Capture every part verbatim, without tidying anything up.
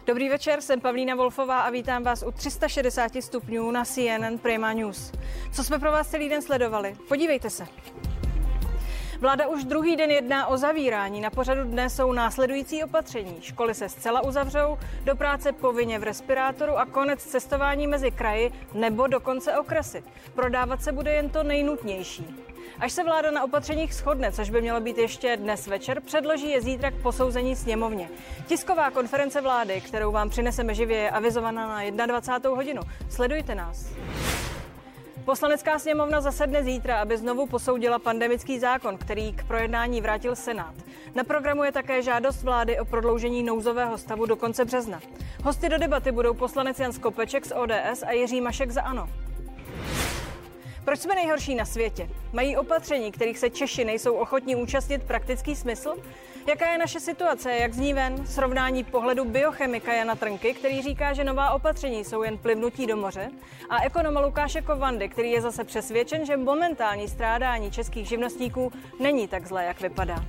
Dobrý večer, jsem Pavlína Wolfová a vítám vás u tři sta šedesát stupňů na C N N Prima News. Co jsme pro vás celý den sledovali? Podívejte se. Vláda už druhý den jedná o zavírání. Na pořadu dne jsou následující opatření. Školy se zcela uzavřou, do práce povinně v respirátoru a konec cestování mezi kraji nebo dokonce okresy. Prodávat se bude jen to nejnutnější. Až se vláda na opatřeních shodne, což by mělo být ještě dnes večer, předloží je zítra k posouzení sněmovně. Tisková konference vlády, kterou vám přineseme živě, je avizovaná na dvacátou první hodinu. Sledujte nás. Poslanecká sněmovna zasedne zítra, aby znovu posoudila pandemický zákon, který k projednání vrátil Senát. Na programu je také žádost vlády o prodloužení nouzového stavu do konce března. Hosty do debaty budou poslanec Jan Skopeček z O D S a Jiří Mašek za ANO. Proč jsme nejhorší na světě? Mají opatření, kterých se Češi nejsou ochotní účastnit, praktický smysl? Jaká je naše situace, jak zní ven? Srovnání pohledu biochemika Jana Trnky, který říká, že nová opatření jsou jen plivnutí do moře, a ekonoma Lukáše Kovandy, který je zase přesvědčen, že momentální strádání českých živnostníků není tak zlé, jak vypadá.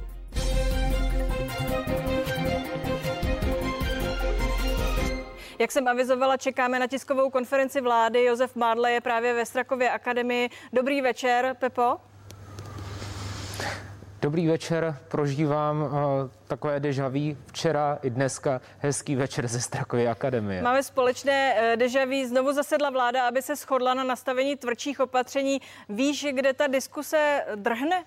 Jak jsem avizovala, čekáme na tiskovou konferenci vlády. Josef Mádle je právě ve Strakově akademii. Dobrý večer, Pepo. Dobrý večer, prožívám uh, takové déjà vu včera i dneska. Hezký večer ze Strakovy akademie. Máme společné uh, déjà vu. Znovu zasedla vláda, aby se shodla na nastavení tvrdších opatření. Víš, kde ta diskuse drhne?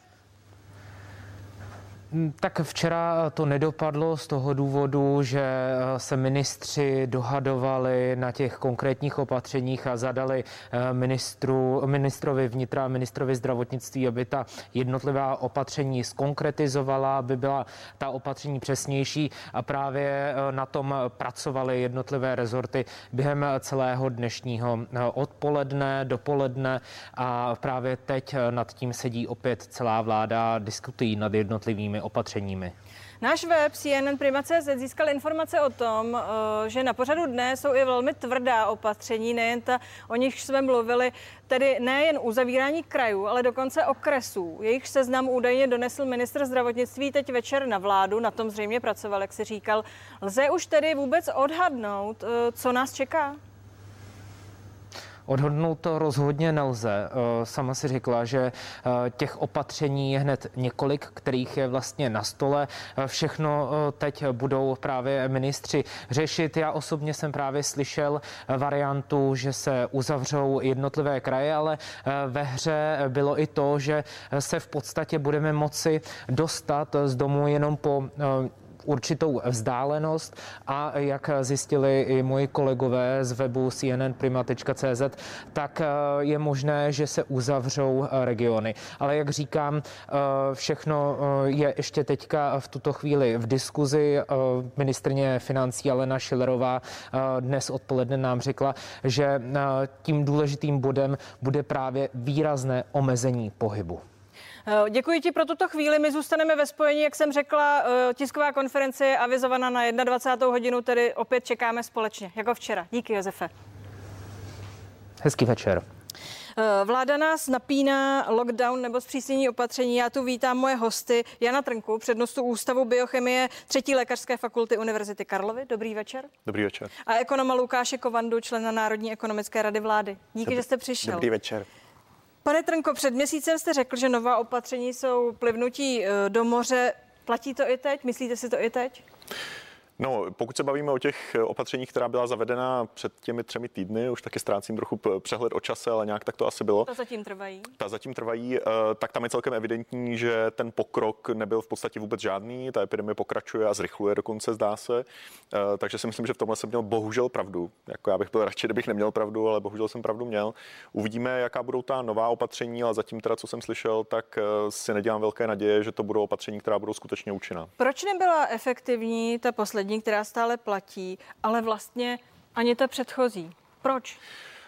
Tak včera to nedopadlo z toho důvodu, že se ministři dohadovali na těch konkrétních opatřeních a zadali ministru, ministrovi vnitra a ministrovi zdravotnictví, aby ta jednotlivá opatření zkonkretizovala, aby byla ta opatření přesnější, a právě na tom pracovaly jednotlivé rezorty během celého dnešního odpoledne, dopoledne, a právě teď nad tím sedí opět celá vláda a diskutují nad jednotlivými opatřeními. Náš web C N N Prima tečka cé zet získal informace o tom, že na pořadu dne jsou i velmi tvrdá opatření, nejen ta, o nich jsme mluvili, tedy nejen uzavírání krajů, ale dokonce okresů. Jejich seznam údajně donesl ministr zdravotnictví teď večer na vládu, na tom zřejmě pracoval, jak si říkal. Lze už tedy vůbec odhadnout, co nás čeká? Odhodnout to rozhodně nelze. Sama si řekla, že těch opatření je hned několik, kterých je vlastně na stole. Všechno teď budou právě ministři řešit. Já osobně jsem právě slyšel variantu, že se uzavřou jednotlivé kraje, ale ve hře bylo i to, že se v podstatě budeme moci dostat z domu jenom po určitou vzdálenost, a jak zjistili i moji kolegové z webu C N N Prima tečka cé zet, tak je možné, že se uzavřou regiony. Ale jak říkám, všechno je ještě teďka v tuto chvíli v diskuzi. Ministryně financí Alena Schillerová dnes odpoledne nám řekla, že tím důležitým bodem bude právě výrazné omezení pohybu. Děkuji ti pro tuto chvíli. My zůstaneme ve spojení, jak jsem řekla, tisková konference je avizovaná na dvacátou první hodinu, tedy opět čekáme společně, jako včera. Díky, Josefe. Hezký večer. Vláda nás napíná lockdown nebo zpřísnění opatření. Já tu vítám moje hosty. Jana Trnku, přednostu Ústavu biochemie třetí lékařské fakulty Univerzity Karlovy. Dobrý večer. Dobrý večer. A ekonoma Lukáše Kovandu, člena Národní ekonomické rady vlády. Díky, Dobrý, že jste přišel. Dobrý večer. Pane Trnko, před měsícem jste řekl, že nová opatření jsou plivnutí do moře. Platí to i teď? Myslíte si to i teď? No, pokud se bavíme o těch opatřeních, která byla zavedena před těmi třemi týdny, už taky ztrácím trochu přehled o čase, ale nějak tak to asi bylo. Ta zatím trvají. Ta zatím trvají, tak tam je celkem evidentní, že ten pokrok nebyl v podstatě vůbec žádný. Ta epidemie pokračuje a zrychluje dokonce, zdá se. Takže si myslím, že v tomhle jsem měl bohužel pravdu. Jako já bych byl radši, kdybych neměl pravdu, ale bohužel jsem pravdu měl. Uvidíme, jaká budou ta nová opatření, ale zatím teda, co jsem slyšel, tak si nedělám velké naděje, že to budou opatření, která budou skutečně účinná. Proč nebyla efektivní ta poslední, která stále platí, ale vlastně ani ta předchozí? Proč?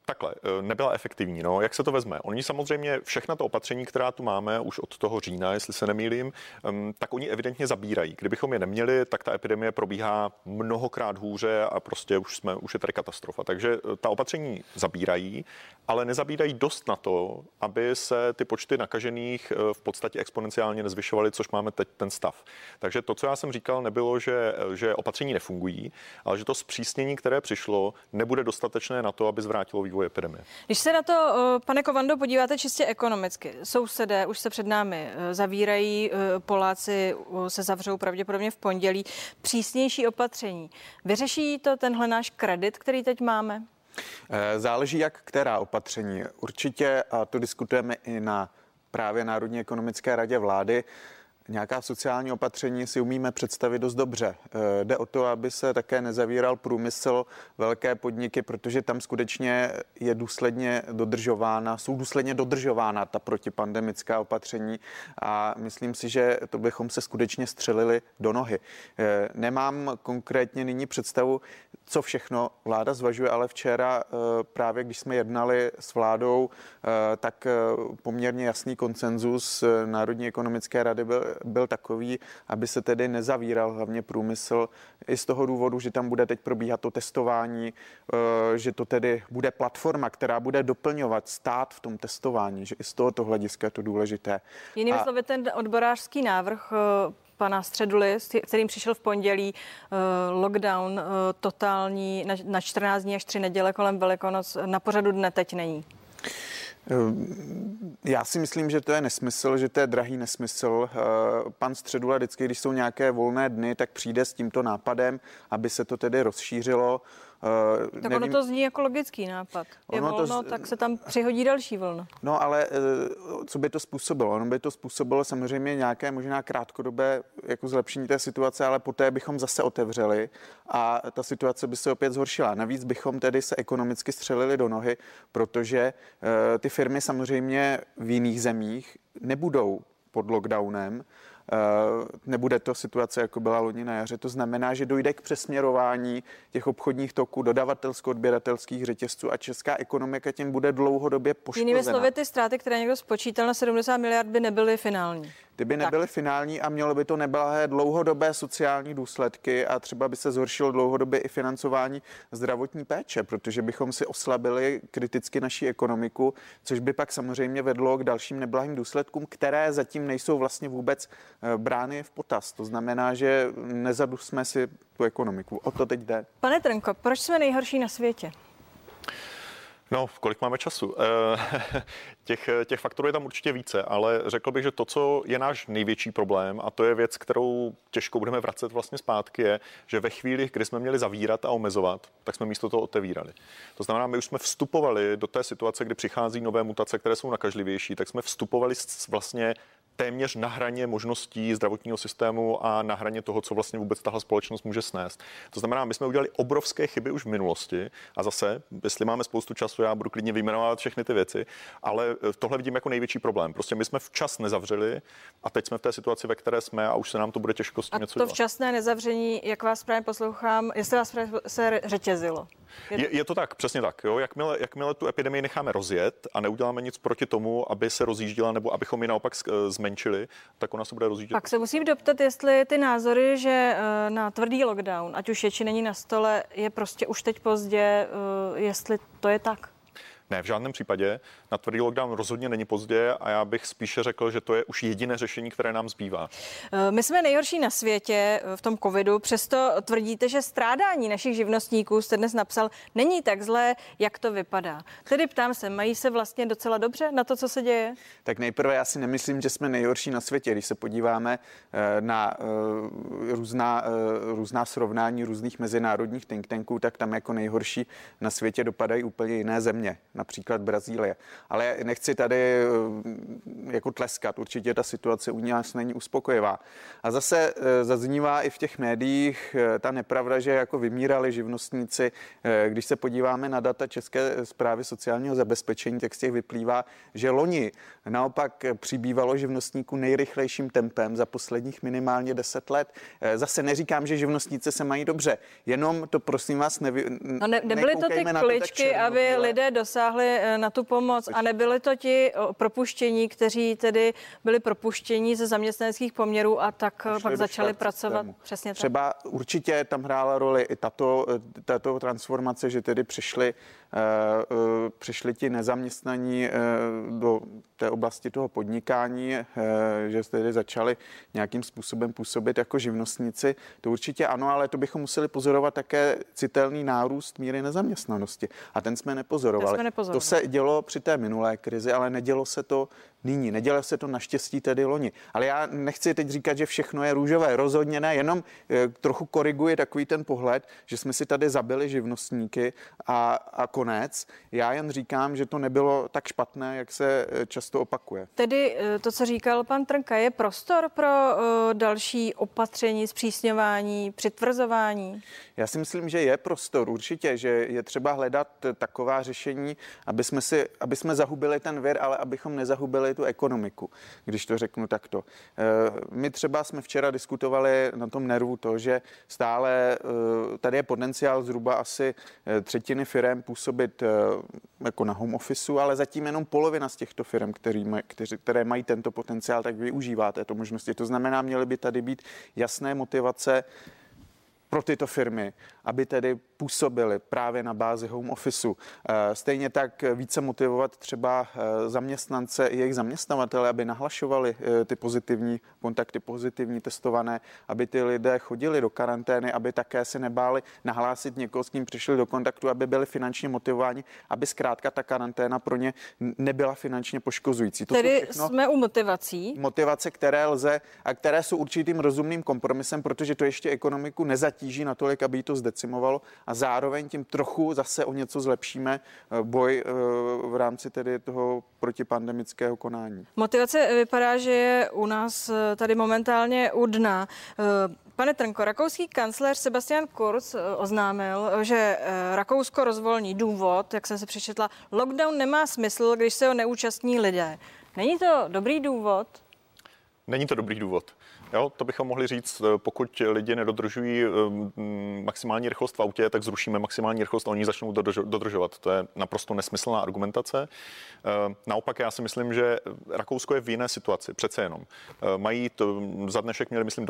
Takhle, nebyla efektivní. No. Jak se to vezme? Oni samozřejmě všechna ta opatření, která tu máme už od toho října, jestli se nemýlím, tak oni evidentně zabírají. Kdybychom je neměli, tak ta epidemie probíhá mnohokrát hůře a prostě už jsme už je tady katastrofa. Takže ta opatření zabírají, ale nezabírají dost na to, aby se ty počty nakažených v podstatě exponenciálně nezvyšovaly, což máme teď ten stav. Takže to, co já jsem říkal, nebylo, že, že opatření nefungují, ale že to zpřísnění, které přišlo, nebude dostatečné na to, aby zvrátilo vývoj epidemie. Když se na to, pane Kovando, podíváte čistě ekonomicky, sousedé už se před námi zavírají, Poláci se zavřou pravděpodobně v pondělí, přísnější opatření. Vyřeší to tenhle náš kredit, který teď máme? Záleží, jak která opatření. Určitě, a to diskutujeme i na právě Národní ekonomické radě vlády, nějaká sociální opatření si umíme představit dost dobře. E, jde o to, aby se také nezavíral průmysl, velké podniky, protože tam skutečně je důsledně dodržována, jsou důsledně dodržována ta protipandemická opatření a myslím si, že to bychom se skutečně střelili do nohy. E, nemám konkrétně nyní představu, co všechno vláda zvažuje, ale včera e, právě když jsme jednali s vládou, e, tak e, poměrně jasný konsenzus Národní ekonomické rady byl byl takový, aby se tedy nezavíral hlavně průmysl i z toho důvodu, že tam bude teď probíhat to testování, že to tedy bude platforma, která bude doplňovat stát v tom testování, že i z tohoto hlediska je to důležité. Jinými A... slovy, ten odborářský návrh pana Středuly, s kterým přišel v pondělí lockdown totální na čtrnáct dní až tři neděle kolem Velikonoc, na pořadu dne teď není. Já si myslím, že to je nesmysl, že to je drahý nesmysl. Pan Středula vždycky, když jsou nějaké volné dny, tak přijde s tímto nápadem, aby se to tedy rozšířilo. Tak nevím, ono to zní jako logický nápad. Je volno, to, tak se tam přihodí další vlna. No ale co by to způsobilo? Ono by to způsobilo samozřejmě nějaké možná krátkodobé jako zlepšení té situace, ale poté bychom zase otevřeli a ta situace by se opět zhoršila. Navíc bychom tedy se ekonomicky střelili do nohy, protože ty firmy samozřejmě v jiných zemích nebudou pod lockdownem. Nebude to situace, jako byla loni na jaře. To znamená, že dojde k přesměrování těch obchodních toků, dodavatelsko-odběratelských řetězců a česká ekonomika tím bude dlouhodobě poškozena. Jinými slovy, ty ztráty, které někdo spočítal na sedmdesát miliard, by nebyly finální. Ty by nebyly tak. finální a mělo by to neblahé dlouhodobé sociální důsledky a třeba by se zhoršilo dlouhodobě i financování zdravotní péče, protože bychom si oslabili kriticky naší ekonomiku, což by pak samozřejmě vedlo k dalším neblahým důsledkům, které zatím nejsou vlastně vůbec brány v potaz. To znamená, že nezadusme si tu ekonomiku. O to teď jde. Pane Trnko, proč jsme nejhorší na světě? No, kolik máme času? těch, těch faktorů je tam určitě více, ale řekl bych, že to, co je náš největší problém, a to je věc, kterou těžko budeme vracet vlastně zpátky, je, že ve chvíli, kdy jsme měli zavírat a omezovat, tak jsme místo toho otevírali. To znamená, my už jsme vstupovali do té situace, kdy přichází nové mutace, které jsou nakažlivější, tak jsme vstupovali vlastně téměř na hraně možností zdravotního systému a na hraně toho, co vlastně vůbec tahle společnost může snést. To znamená, my jsme udělali obrovské chyby už v minulosti a zase, jestli máme spoustu času, já budu klidně vyjmenovat všechny ty věci, ale tohle vidím jako největší problém. Prostě my jsme včas nezavřeli a teď jsme v té situaci, ve které jsme a už se nám to bude těžko s tím něco dělat. A to včasné nezavření, jak vás právě poslouchám, jestli vás se řetězilo? Je to... Je, je to tak, přesně tak. Jo? Jakmile, jakmile tu epidemii necháme rozjet a neuděláme nic proti tomu, aby se rozjížděla nebo abychom ji naopak zmenšili, tak ona se bude rozjíždět. Pak se musím doptat, jestli ty názory, že na tvrdý lockdown, ať už je či není na stole, je prostě už teď pozdě, jestli to je tak. Ne, v žádném případě. Na tvrdý lockdown rozhodně není pozdě a já bych spíše řekl, že to je už jediné řešení, které nám zbývá. My jsme nejhorší na světě v tom covidu, přesto tvrdíte, že strádání našich živnostníků, jste dnes napsal, není tak zlé, jak to vypadá. Tedy ptám se, mají se vlastně docela dobře na to, co se děje? Tak nejprve já si nemyslím, že jsme nejhorší na světě. Když se podíváme na různá, různá srovnání různých mezinárodních think tanků, tak tam jako nejhorší na světě dopadají úplně jiné země. například Brazílie. Ale nechci tady jako tleskat, určitě ta situace u nás není uspokojivá. A zase zaznívá i v těch médiích ta nepravda, že jako vymírali živnostníci. Když se podíváme na data České správy sociálního zabezpečení, tak z těch vyplývá, že loni naopak přibývalo živnostníků nejrychlejším tempem za posledních minimálně deset let. Zase neříkám, že živnostníci se mají dobře, jenom to prosím vás nevy... No ne, nebyly to ty kličky, to aby lidé dosáhli na tu pomoc a nebyly to ti propuštění, kteří tedy byli propuštění ze zaměstnaneckých poměrů a tak Šli pak začali pracovat. Přesně tak. Třeba určitě tam hrála roli i tato, tato transformace, že tedy přišli, uh, uh, přišli ti nezaměstnaní uh, do té oblasti toho podnikání, uh, že tedy začali nějakým způsobem působit jako živnostníci. To určitě ano, ale to bychom museli pozorovat také citelný nárůst míry nezaměstnanosti. A ten jsme nepozorovali. To, jsme nepozorovali. To se dělo při té minulé krizi, ale nedělo se to nyní. Nedělo se to naštěstí tedy loni. Ale já nechci teď říkat, že všechno je růžové. Rozhodně ne, jenom e, trochu koriguji takový ten pohled, že jsme si tady zabili živnostníky a, a konec. Já jen říkám, že to nebylo tak špatné, jak se často opakuje. Tedy to, co říkal pan Trnka, je prostor pro uh, další opatření, zpřísňování, přitvrzování? Já si myslím, že je prostor určitě, že je třeba hledat taková řešení, aby jsme, si, aby jsme zahubili ten vir, ale abychom nezahubili tu ekonomiku, když to řeknu takto. My třeba jsme včera diskutovali na tom nervu to, že stále tady je potenciál zhruba asi třetiny firem působit jako na home officeu, ale zatím jenom polovina z těchto firm, který maj, kteři, které mají tento potenciál, tak využívá této možnosti. To znamená, měly by tady být jasné motivace pro tyto firmy, aby tedy působily právě na bázi home officeu. Stejně tak více motivovat třeba zaměstnance i jejich zaměstnavatele, aby nahlašovali ty pozitivní kontakty, pozitivní testované, aby ty lidé chodili do karantény, aby také se nebáli nahlásit někoho, s kým přišli do kontaktu, aby byli finančně motivováni, aby zkrátka ta karanténa pro ně nebyla finančně poškozující. To tedy jsme u motivací. Motivace, které lze a které jsou určitým rozumným kompromisem, protože to ještě ekonomiku nezatíží natolik, aby jí to zdecimovalo a zároveň tím trochu zase o něco zlepšíme boj v rámci tedy toho protipandemického konání. Motivace vypadá, že je u nás tady momentálně u dna. Pane Trnko, rakouský kancléř Sebastian Kurz oznámil, že Rakousko rozvolní. Důvod, jak jsem se přečetla, lockdown nemá smysl, když se ho neúčastní lidé. Není to dobrý důvod? Není to dobrý důvod. Jo, to bychom mohli říct, pokud lidi nedodržují maximální rychlost v autě, tak zrušíme maximální rychlost a oni začnou dodržovat. To je naprosto nesmyslná argumentace. Naopak já si myslím, že Rakousko je v jiné situaci, přece jenom. Mají to, za dnešek měli, myslím,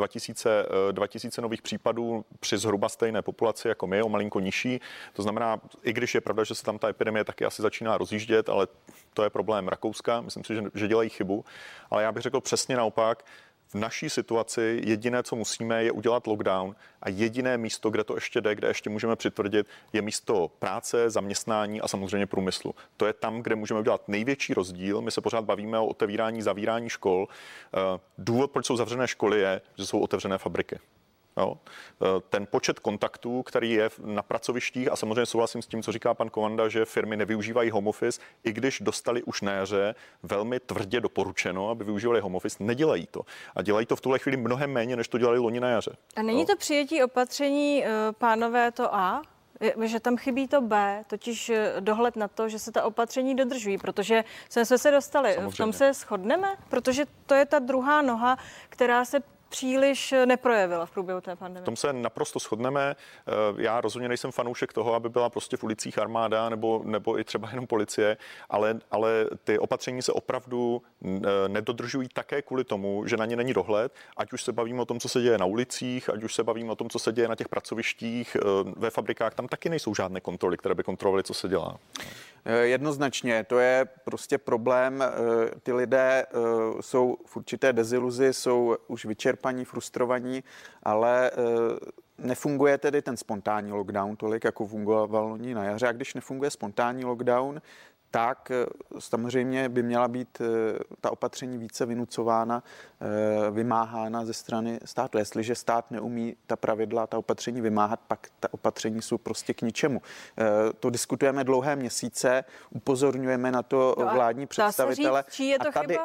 dva tisíce nových případů při zhruba stejné populaci jako my, o malinko nižší. To znamená, i když je pravda, že se tam ta epidemie taky asi začíná rozjíždět, ale to je problém Rakouska. Myslím si, že, že dělají chybu. Ale já bych řekl přesně naopak. V naší situaci jediné, co musíme, je udělat lockdown a jediné místo, kde to ještě jde, kde ještě můžeme přitvrdit, je místo práce, zaměstnání a samozřejmě průmyslu. To je tam, kde můžeme udělat největší rozdíl. My se pořád bavíme o otevírání, zavírání škol. Důvod, proč jsou zavřené školy, je, že jsou otevřené fabriky. Jo. Ten počet kontaktů, který je na pracovištích, a samozřejmě souhlasím s tím, co říká pan Kovanda, že firmy nevyužívají home office, i když dostali už na jaře velmi tvrdě doporučeno, aby využívali home office, nedělají to. A dělají to v tuhle chvíli mnohem méně, než to dělali loni na jaře. A není jo. to přijetí opatření, pánové, to A? Že tam chybí to B, totiž dohled na to, že se ta opatření dodržují, protože jsme se dostali. Samozřejmě. V tom se shodneme, protože to je ta druhá noha, která se příliš neprojevila v průběhu té pandemie. V tom se naprosto shodneme. Já rozhodně nejsem fanoušek toho, aby byla prostě v ulicích armáda nebo, nebo i třeba jenom policie, ale, ale ty opatření se opravdu nedodržují také kvůli tomu, že na ně není dohled, ať už se bavíme o tom, co se děje na ulicích, ať už se bavíme o tom, co se děje na těch pracovištích, ve fabrikách, tam taky nejsou žádné kontroly, které by kontrolovaly, co se dělá. Jednoznačně, to je prostě problém. Ty lidé jsou v určité deziluzi, jsou už vyčerpaní, frustrovaní, ale nefunguje tedy ten spontánní lockdown tolik, jako fungoval loni na jaře. A když nefunguje spontánní lockdown, tak samozřejmě by měla být ta opatření více vynucována, vymáhána ze strany státu. Jestliže stát neumí ta pravidla, ta opatření vymáhat, pak ta opatření jsou prostě k ničemu. To diskutujeme dlouhé měsíce, upozorňujeme na to no vládní představitele. Říct, čí je to a tady, chyba?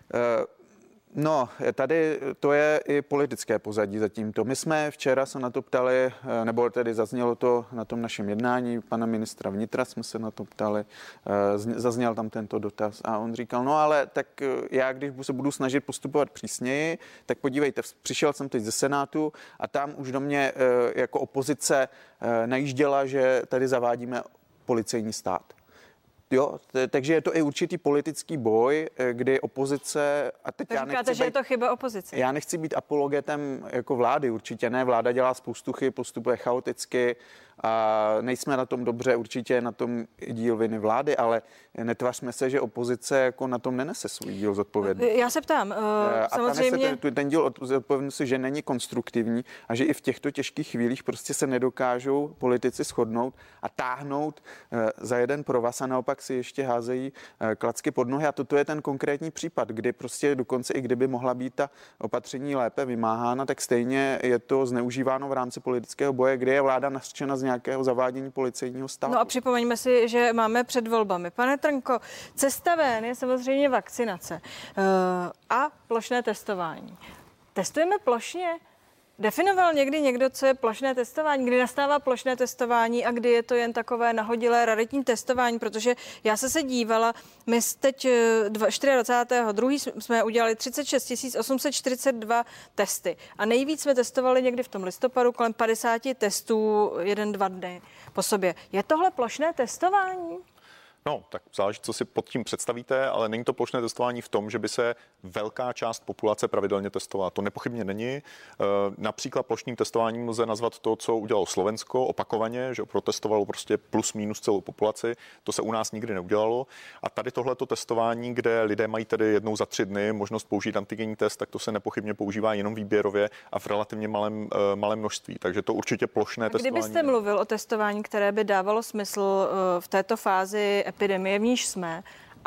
No, tady to je i politické pozadí zatímto. My jsme včera se na to ptali, nebo tedy zaznělo to na tom našem jednání pana ministra vnitra, jsme se na to ptali, zazněl tam tento dotaz a on říkal, no ale tak já, když se budu snažit postupovat přísněji, tak podívejte, přišel jsem teď ze Senátu a tam už do mě jako opozice najížděla, že tady zavádíme policejní stát. Jo, t- takže je to i určitý politický boj, kdy opozice... A teď tak já říkáte, být, že je to chyba opozice. Já nechci být apologetem jako vlády, určitě ne. Vláda dělá spoustu chyb, postupuje chaoticky a nejsme na tom dobře, určitě na tom díl viny vlády, ale netvařme se, že opozice jako na tom nenese svůj díl zodpovědnosti. Já se ptám, uh, a samozřejmě... Ten, ten díl zodpovědnosti, že není konstruktivní a že i v těchto těžkých chvílích prostě se nedokážou politici shodnout a táhnout uh, za jeden provaz a naopak si ještě házejí uh, klacky pod nohy. A toto je ten konkrétní případ, kdy prostě dokonce i kdyby mohla být ta opatření lépe vymáhána, tak stejně je to zneužíváno v rámci politického boje, kdy je vláda nařčena z nějakého zavádění policejního státu. No a připomeňme si, že máme před volbami. Pane Trnko, cesta ven je samozřejmě vakcinace uh, a plošné testování. Testujeme plošně? Definoval někdy někdo, co je plošné testování, kdy nastává plošné testování a kdy je to jen takové nahodilé raritní testování, protože já se se dívala, my teď dvacátého druhého jsme udělali třicet šest tisíc osm set čtyřicet dva testy a nejvíc jsme testovali někdy v tom listopadu kolem padesát testů jeden, dva dny po sobě. Je tohle plošné testování? No, tak záleží, co si pod tím představíte, ale není to plošné testování v tom, že by se velká část populace pravidelně testovala. To nepochybně není. Například plošným testováním lze nazvat to, co udělalo Slovensko opakovaně, že protestovalo prostě plus minus celou populaci. To se u nás nikdy neudělalo. A tady tohleto testování, kde lidé mají tedy jednou za tři dny možnost použít antigenní test, tak to se nepochybně používá jenom výběrově a v relativně malém, malém množství. Takže to určitě plošné a testování. Kdybyste mluvil o testování, které by dávalo smysl v této fázi epidemie, v níž jsme,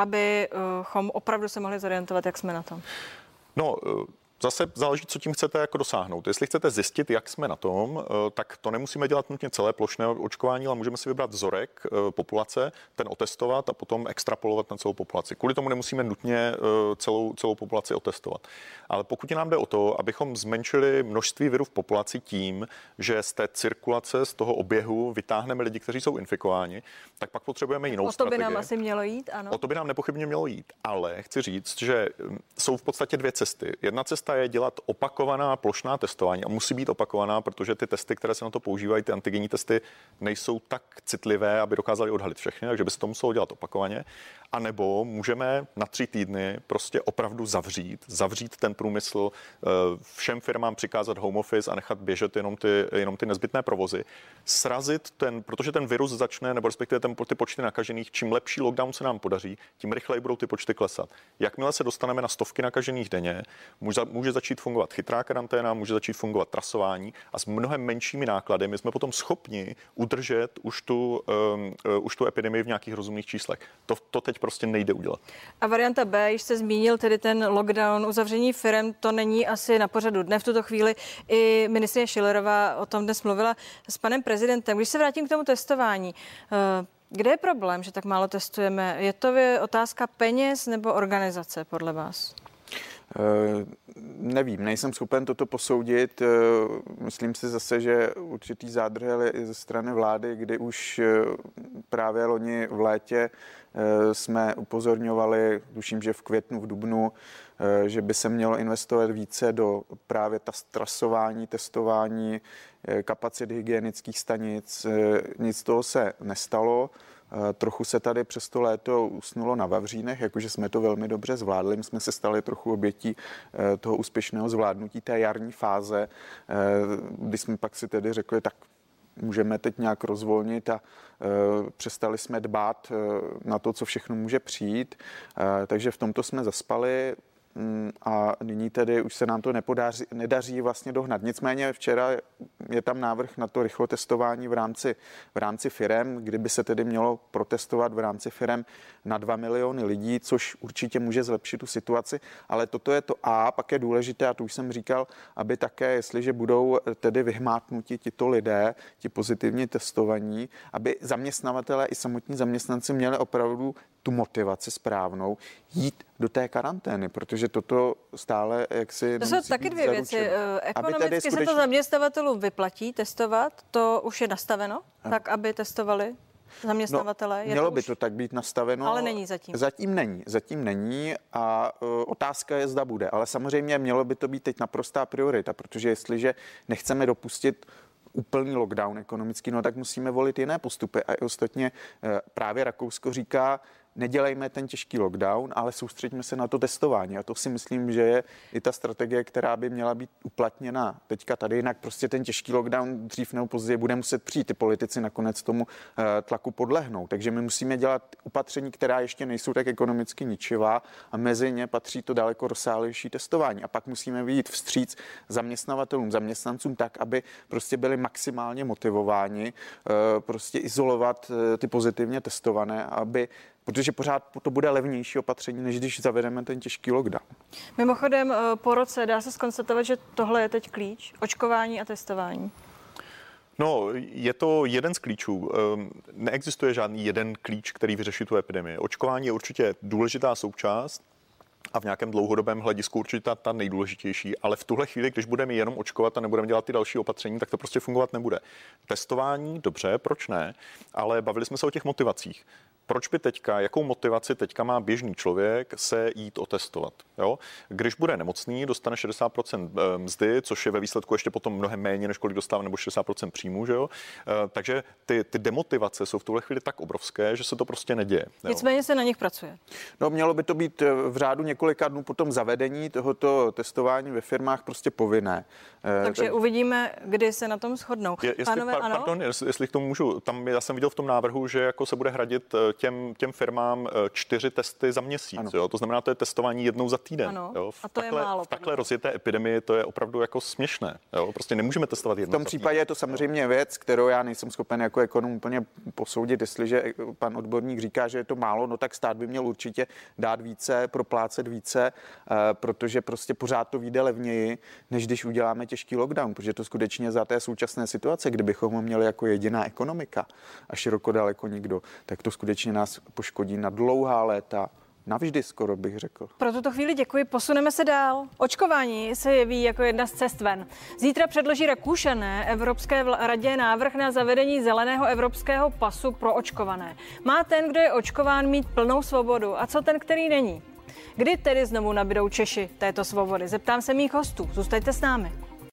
abychom opravdu se mohli zorientovat, jak jsme na tom? No, zase záleží, co tím chcete jako dosáhnout. Jestli chcete zjistit, jak jsme na tom, tak to nemusíme dělat nutně celé plošné očkování, ale můžeme si vybrat vzorek populace, ten otestovat a potom extrapolovat na celou populaci. Kvůli tomu nemusíme nutně celou, celou populaci otestovat. Ale pokud nám jde o to, abychom zmenšili množství viru v populaci tím, že z té cirkulace, z toho oběhu vytáhneme lidi, kteří jsou infikováni, tak pak potřebujeme jinou strategii. O to by nám asi mělo jít, ano. O to by nám nepochybně mělo jít, ale chci říct, že jsou v podstatě dvě cesty. Jedna cesta je dělat opakovaná plošná testování a musí být opakovaná, protože ty testy, které se na to používají, ty antigenní testy, nejsou tak citlivé, aby dokázali odhalit všechny, takže by se to muselo dělat opakovaně. A nebo můžeme na tři týdny prostě opravdu zavřít, zavřít ten průmysl, všem firmám přikázat home office a nechat běžet jenom ty, jenom ty nezbytné provozy, srazit ten, protože ten virus začne, nebo respektive ten, ty počty nakažených, čím lepší lockdown se nám podaří, tím rychleji budou ty počty klesat. Jakmile se dostaneme na stovky nakažených denně, může, může začít fungovat chytrá karanténa, může začít fungovat trasování a s mnohem menšími náklady my jsme potom schopni udržet už tu, um, uh, už tu epidemii v nějakých rozumných číslech. To, to teď prostě nejde udělat. A varianta B, již jste zmínil, tedy ten lockdown, uzavření firem, to není asi na pořadu dne v tuto chvíli. I ministryně Schillerová o tom dnes mluvila s panem prezidentem. Když se vrátím k tomu testování, kde je problém, že tak málo testujeme? Je to otázka peněz nebo organizace podle vás? Uh, nevím, nejsem schopen toto posoudit. Uh, myslím si zase, že určitý zádrhel je ze strany vlády, kdy už uh, právě loni v létě uh, jsme upozorňovali, tuším, že v květnu, v dubnu, uh, že by se mělo investovat více do právě ta trasování, testování, uh, kapacit hygienických stanic. Uh, nic z toho se nestalo. Trochu se tady přes to léto usnulo na vavřínech, jakože jsme to velmi dobře zvládli. My jsme se stali trochu obětí toho úspěšného zvládnutí té jarní fáze, kdy jsme pak si tedy řekli, tak můžeme teď nějak rozvolnit a přestali jsme dbát na to, co všechno může přijít. Takže v tomto jsme zaspali. A nyní tedy už se nám to nepodaří, nedaří vlastně dohnat. Nicméně včera je tam návrh na to rychlotestování v rámci, v rámci firem, kdyby se tedy mělo protestovat v rámci firem na dva miliony lidí, což určitě může zlepšit tu situaci, ale toto je to A, pak je důležité, a to už jsem říkal, aby také, jestliže budou tedy vyhmátnuti tito lidé, ti pozitivně testovaní, aby zaměstnavatelé i samotní zaměstnanci měli opravdu tu motivaci správnou jít do té karantény, protože toto stále jaksi to jsou taky dvě zaručeno. věci. Ekonomicky skutečně... se to zaměstnavatelům vyplatí testovat, to už je nastaveno, a... tak aby testovali zaměstnavatele. No, mělo by už... to tak být nastaveno. Ale není zatím. Zatím není. Zatím není a uh, otázka je, zda bude. Ale samozřejmě mělo by to být teď naprostá priorita, protože jestliže nechceme dopustit úplný lockdown ekonomický, no tak musíme volit jiné postupy. A i ostatně uh, právě Rakousko říká, nedělejme ten těžký lockdown, ale soustřeďme se na to testování. A to si myslím, že je i ta strategie, která by měla být uplatněna teďka tady. Jinak prostě ten těžký lockdown dřív nebo později bude muset přijít. Ty politici nakonec tomu tlaku podlehnou. Takže my musíme dělat opatření, která ještě nejsou tak ekonomicky ničivá a mezi ně patří to daleko rozsáhlejší testování. A pak musíme vyjít vstříc zaměstnavatelům, zaměstnancům tak, aby prostě byli maximálně motivováni prostě izolovat ty pozitivně testované, aby protože pořád to bude levnější opatření, než když zavedeme ten těžký lockdown. Mimochodem, po roce dá se zkonstatovat, že tohle je teď klíč, očkování a testování. No, je to jeden z klíčů. Neexistuje žádný jeden klíč, který vyřeší tu epidemii. Očkování je určitě důležitá součást a v nějakém dlouhodobém hledisku určitě ta, ta nejdůležitější, ale v tuhle chvíli, když budeme jenom očkovat a nebudeme dělat ty další opatření, tak to prostě fungovat nebude. Testování, dobře, proč ne, ale bavili jsme se o těch motivacích. Proč by teďka, jakou motivaci teďka má běžný člověk se jít otestovat? Jo? Když bude nemocný, dostane šedesát procent mzdy, což je ve výsledku ještě potom mnohem méně, než kolik dostává, nebo šedesát procent příjmů, že jo? Takže ty, ty demotivace jsou v tuhle chvíli tak obrovské, že se to prostě neděje. Jo? Nicméně se na nich pracuje. No, mělo by to být v řádu několika dnů potom zavedení tohoto testování ve firmách prostě povinné. Takže tak... uvidíme, kdy se na tom shodnou. Je, jestli, Pánové, pa, pardon, jestli, jestli k tomu můžu, tam já jsem viděl v tom návrhu, že jako se bude hradit těm, těm firmám čtyři testy za měsíc. Jo? To znamená, to je testování jednou za týden. Ano. Jo? A to takhle, je málo. V takhle rozjeté epidemii to je opravdu jako směšné. Jo? Prostě nemůžeme testovat jednou. V tom případě je to samozřejmě věc, kterou já nejsem schopen jako ekonom úplně posoudit. Jestliže pan odborník říká, že je to málo, no tak stát by měl určitě dát více, proplácet více, protože prostě pořád to vyjde levněji, než když uděláme těžký lockdown, protože to skutečně za té současné situace, kdybychom ho měli jako jediná ekonomika a široko daleko nikdo, tak to skutečně nás poškodí na dlouhá léta. Navždy skoro bych řekl. Pro tuto chvíli děkuji, posuneme se dál. Očkování se jeví jako jedna z cest ven. Zítra předloží Rakušané Evropské radě návrh na zavedení zeleného evropského pasu pro očkované. Má ten, kdo je očkován, mít plnou svobodu, a co ten, který není? Kdy tedy znovu nabydou Češi této svobody? Zeptám se mých hostů. Zůstaňte s námi.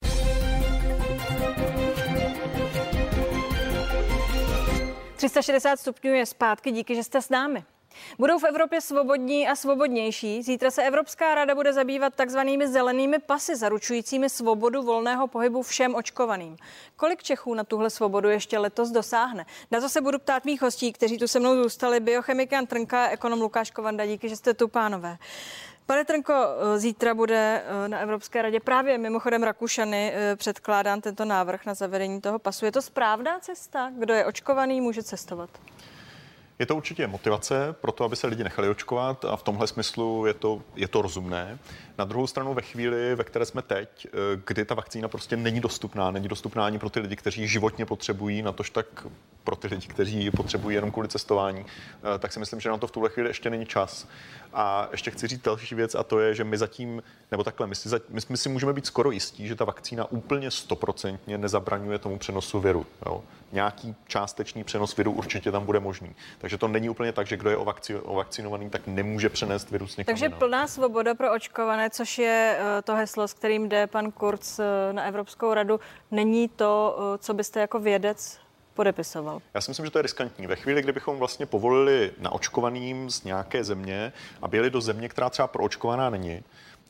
tři sta šedesát stupňů je zpátky, díky, že jste s námi. Budou v Evropě svobodní a svobodnější. Zítra se Evropská rada bude zabývat takzvanými zelenými pasy, zaručujícími svobodu volného pohybu všem očkovaným. Kolik Čechů na tuhle svobodu ještě letos dosáhne? Na to se budu ptát mých hostí, kteří tu se mnou zůstali. Biochemik Jan Trnka, ekonom Lukáš Kovanda. Díky, že jste tu, pánové. Pane Trnko, zítra bude na Evropské radě právě mimochodem Rakušany předkládán tento návrh na zavedení toho pasu. Je to správná cesta? Kdo je očkovaný, může cestovat? Je to určitě motivace pro to, aby se lidi nechali očkovat a v tomhle smyslu je to, je to rozumné. Na druhou stranu ve chvíli, ve které jsme teď, kdy ta vakcína prostě není dostupná, není dostupná ani pro ty lidi, kteří životně potřebují, natož tak pro ty lidi, kteří ji potřebují jenom kvůli cestování, tak si myslím, že na to v tuhle chvíli ještě není čas. A ještě chci říct další věc a to je, že my zatím, nebo takhle, my si, my, my si můžeme být skoro jistí, že ta vakcína úplně stoprocentně nezabraňuje tomu přenosu viru. Jo. Nějaký částečný přenos viru určitě tam bude možný. Takže to není úplně tak, že kdo je ovakcinovaný, tak nemůže přenést virus někam. Takže plná svoboda pro očkované, což je to heslo, s kterým jde pan Kurz na Evropskou radu, není to, co byste jako vědec podepisoval. Já si myslím, že to je riskantní. Ve chvíli, kdybychom vlastně povolili naočkovaným z nějaké země a byli do země, která třeba proočkovaná není,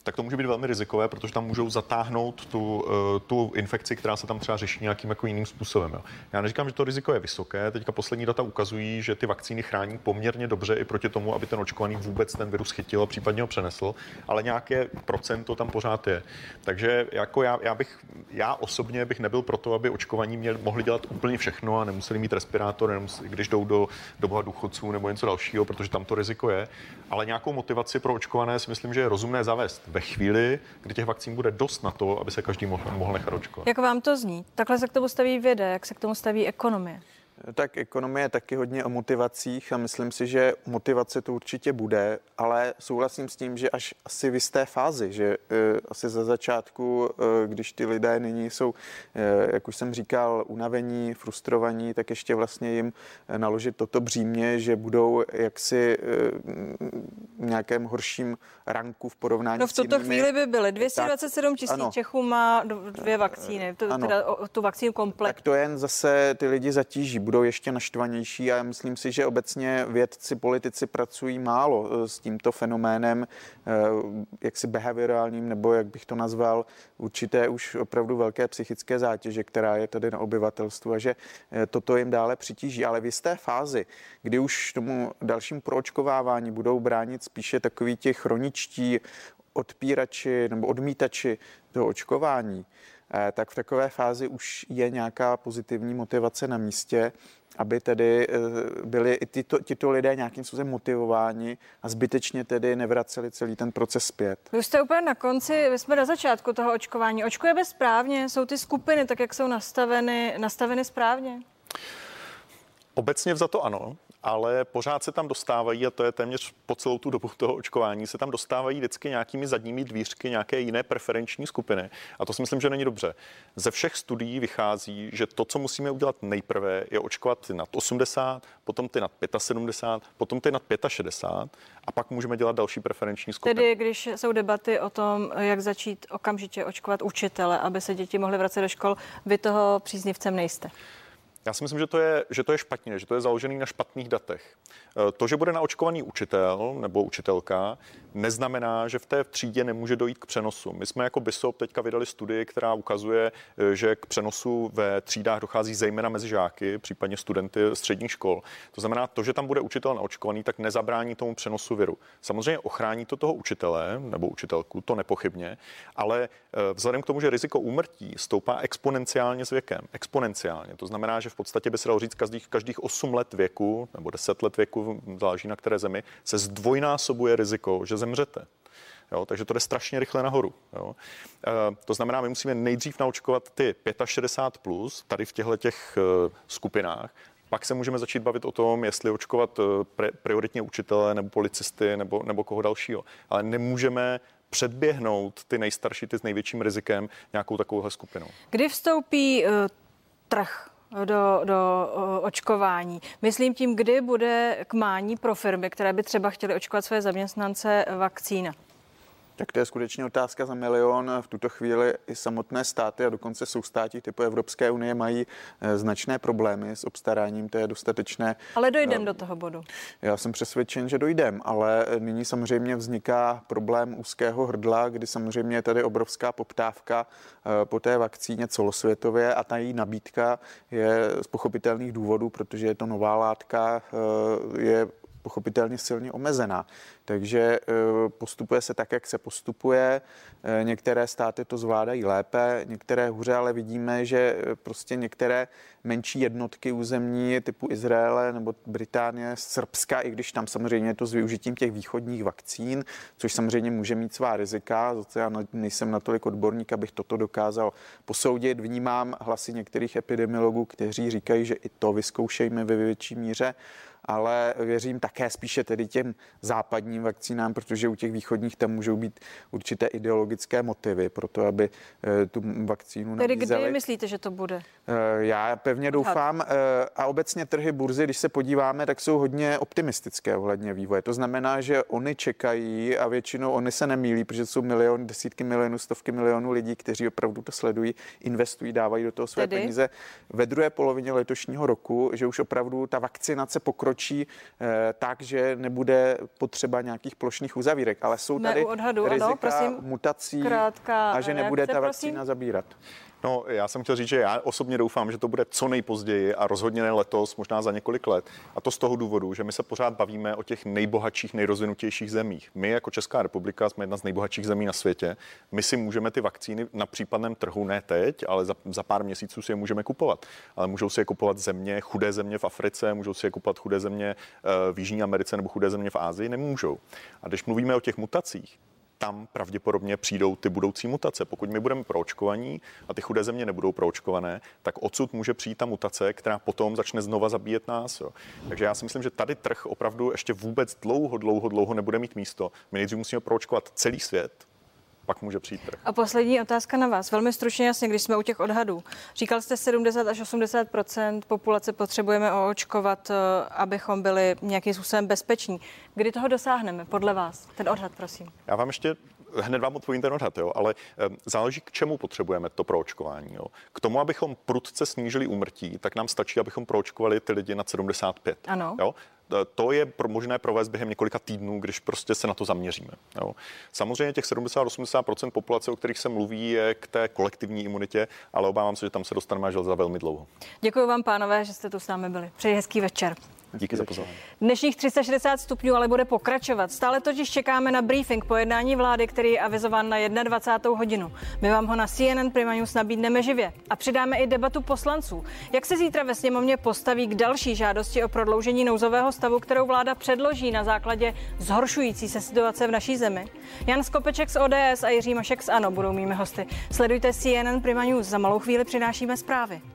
tak to může být velmi rizikové, protože tam můžou zatáhnout tu, tu infekci, která se tam třeba řeší nějakým jako jiným způsobem. Jo. Já neříkám, že to riziko je vysoké. Teďka poslední data ukazují, že ty vakcíny chrání poměrně dobře i proti tomu, aby ten očkovaný vůbec ten virus chytil a případně ho přenesl, ale nějaké procento tam pořád je. Takže jako já, já bych, já osobně bych nebyl proto, aby očkovaní měli, mohli dělat úplně všechno a nemuseli mít respirátor, nemuseli, když jdou do doba důchodců nebo něco dalšího, protože tam to riziko je. Ale nějakou motivaci pro očkované si myslím, že je rozumné zavést ve chvíli, kdy těch vakcín bude dost na to, aby se každý mohl, mohl nechat očkovat. Jak vám to zní? Takhle se k tomu staví věda, jak se k tomu staví ekonomie? Tak ekonomie je taky hodně o motivacích a myslím si, že motivace to určitě bude, ale souhlasím s tím, že až asi v jisté fázi, že uh, asi za začátku, uh, když ty lidé nyní jsou, uh, jak už jsem říkal, unavení, frustrovaní, tak ještě vlastně jim naložit toto břímě, že budou jaksi uh, v nějakém horším ranku v porovnání no v tuto s jinými. chvíli by byly dvě stě dvacet sedm tisíc Čechů má dvě vakcíny, to, teda tu vakcínu komplet. Tak to jen zase ty lidi zatíží, budou ještě naštvanější a já myslím si, že obecně vědci, politici pracují málo s tímto fenoménem, jaksi behaviorálním, nebo jak bych to nazval, určité už opravdu velké psychické zátěže, která je tady na obyvatelstvu a že toto jim dále přitíží. Ale v jisté fázi, kdy už tomu dalšímu proočkovávání budou bránit spíše takoví ti chroničtí odpírači nebo odmítači toho očkování, tak v takové fázi už je nějaká pozitivní motivace na místě, aby tedy byli i tyto, tyto lidé nějakým způsobem motivováni a zbytečně tedy nevraceli celý ten proces zpět. Vy jste úplně na konci, my jsme na začátku toho očkování. Očkujeme správně? Jsou ty skupiny tak, jak jsou nastaveny, nastaveny správně? Obecně vzato ano, ale pořád se tam dostávají, a to je téměř po celou tu dobu toho očkování, se tam dostávají vždycky nějakými zadními dvířky nějaké jiné preferenční skupiny. A to si myslím, že není dobře. Ze všech studií vychází, že to, co musíme udělat nejprve, je očkovat ty nad osmdesát, potom ty nad sedmdesát pět, potom ty nad šedesát pět a pak můžeme dělat další preferenční skupiny. Tedy, když jsou debaty o tom, jak začít okamžitě očkovat učitele, aby se děti mohly vracet do škol, vy toho příznivcem nejste. Já si myslím, že to je, že to je špatně, že to je založený na špatných datech. To, že bude naočkovaný učitel nebo učitelka, neznamená, že v té třídě nemůže dojít k přenosu. My jsme jako B I S O P teďka vydali studii, která ukazuje, že k přenosu ve třídách dochází zejména mezi žáky, případně studenty středních škol. To znamená, to, že tam bude učitel naočkovaný, tak nezabrání tomu přenosu viru. Samozřejmě ochrání to toho učitele nebo učitelku, to nepochybně, ale vzhledem k tomu, že riziko úmrtí stoupá exponenciálně s věkem, exponenciálně. To znamená, že v podstatě by se dalo říct, každých, každých osm let věku nebo deset let věku, záleží na které zemi, se zdvojnásobuje riziko, že zemřete. Jo, takže to jde strašně rychle nahoru. Jo. E, to znamená, my musíme nejdřív naočkovat ty šedesát pět plus, tady v těchto těch e, skupinách, pak se můžeme začít bavit o tom, jestli očkovat pre, prioritně učitele nebo policisty nebo, nebo koho dalšího. Ale nemůžeme předběhnout ty nejstarší, ty s největším rizikem nějakou takovouhle skupinou. Kdy vstoupí uh, trh do, do uh, očkování? Myslím tím, kdy bude k mání pro firmy, které by třeba chtěly očkovat své zaměstnance, vakcína? Tak to je skutečně otázka za milion. V tuto chvíli i samotné státy a dokonce soustátí typu Evropské unie mají značné problémy s obstaráním té dostatečné. Ale dojdem do toho bodu. Já jsem přesvědčen, že dojdem, ale nyní samozřejmě vzniká problém úzkého hrdla, kdy samozřejmě je tady obrovská poptávka po té vakcíně celosvětově a ta její nabídka je z pochopitelných důvodů, protože je to nová látka, je pochopitelně silně omezená. Takže postupuje se tak, jak se postupuje. Některé státy to zvládají lépe, některé hůře, ale vidíme, že prostě některé menší jednotky územní typu Izraele nebo Británie, Srbska, i když tam samozřejmě je to s využitím těch východních vakcín, což samozřejmě může mít svá rizika. Zase já nejsem natolik odborník, abych toto dokázal posoudit. Vnímám hlasy některých epidemiologů, kteří říkají, že i to vyzkoušejme ve větší míře, ale věřím také spíše tedy těm západním vakcínám, protože u těch východních tam můžou být určité ideologické motivy pro to, aby tu vakcínu nabízeli. Tedy kdy myslíte, že to bude? Já pevně doufám a obecně trhy burzy, když se podíváme, tak jsou hodně optimistické ohledně vývoje. To znamená, že oni čekají a většinou oni se nemýlí, protože jsou milion, desítky milionů, stovky milionů lidí, kteří opravdu to sledují, investují, dávají do toho své Tedy? peníze ve druhé polovině letošního roku, že už opravdu ta vakcinace pokročí naučí eh, tak, že nebude potřeba nějakých plošných uzavírek, ale jsou tady odhadu, rizika ano, prosím, mutací krátká a že nebude reakce, ta prosím. vakcína zabírat. No, já jsem chtěl říct, že já osobně doufám, že to bude co nejpozději a rozhodně ne letos, možná za několik let. A to z toho důvodu, že my se pořád bavíme o těch nejbohatších, nejrozvinutějších zemích. My jako Česká republika jsme jedna z nejbohatších zemí na světě. My si můžeme ty vakcíny na případném trhu, ne teď, ale za, za pár měsíců si je můžeme kupovat. Ale můžou si je kupovat země, chudé země v Africe, můžou si je kupovat chudé země v Jižní Americe nebo chudé země v Asii, nemůžou. A když mluvíme o těch mutacích, tam pravděpodobně přijdou ty budoucí mutace. Pokud my budeme proočkovaní a ty chudé země nebudou proočkované, tak odsud může přijít ta mutace, která potom začne znova zabíjet nás. Jo. Takže já si myslím, že tady trh opravdu ještě vůbec dlouho, dlouho, dlouho nebude mít místo. My nejdřív musíme proočkovat celý svět, pak může přijít trh. A poslední otázka na vás. Velmi stručně jasně, když jsme u těch odhadů. Říkal jste sedmdesát až osmdesát procent populace potřebujeme oočkovat, abychom byli nějakým způsobem bezpeční. Kdy toho dosáhneme, podle vás? Ten odhad, prosím. Já vám ještě hned vám odpovím ten odhad, jo, ale um, záleží, k čemu potřebujeme to proočkování. Jo. K tomu, abychom prudce snížili úmrtí, tak nám stačí, abychom proočkovali ty lidi nad sedmdesát pět. Ano. Jo. To je možné provést během několika týdnů, když prostě se na to zaměříme. Jo. Samozřejmě těch sedmdesát až osmdesát procent populace, o kterých se mluví, je k té kolektivní imunitě, ale obávám se, že tam se dostaneme až za velmi dlouho. Děkuji vám, pánové, že jste tu s námi byli. Přeji hezký večer. Díky za pozornost. Dnešních tři sta šedesát stupňů ale bude pokračovat. Stále totiž čekáme na briefing po jednání vlády, který je avizován na dvacátou první hodinu. My vám ho na C N N Prima News nabídneme živě a přidáme i debatu poslanců. Jak se zítra ve sněmovně postaví k další žádosti o prodloužení nouzového stavu, kterou vláda předloží na základě zhoršující se situace v naší zemi? Jan Skopeček z O D S a Jiří Mašek z ANO budou mými hosty. Sledujte C N N Prima News. Za malou chvíli přinášíme zprávy.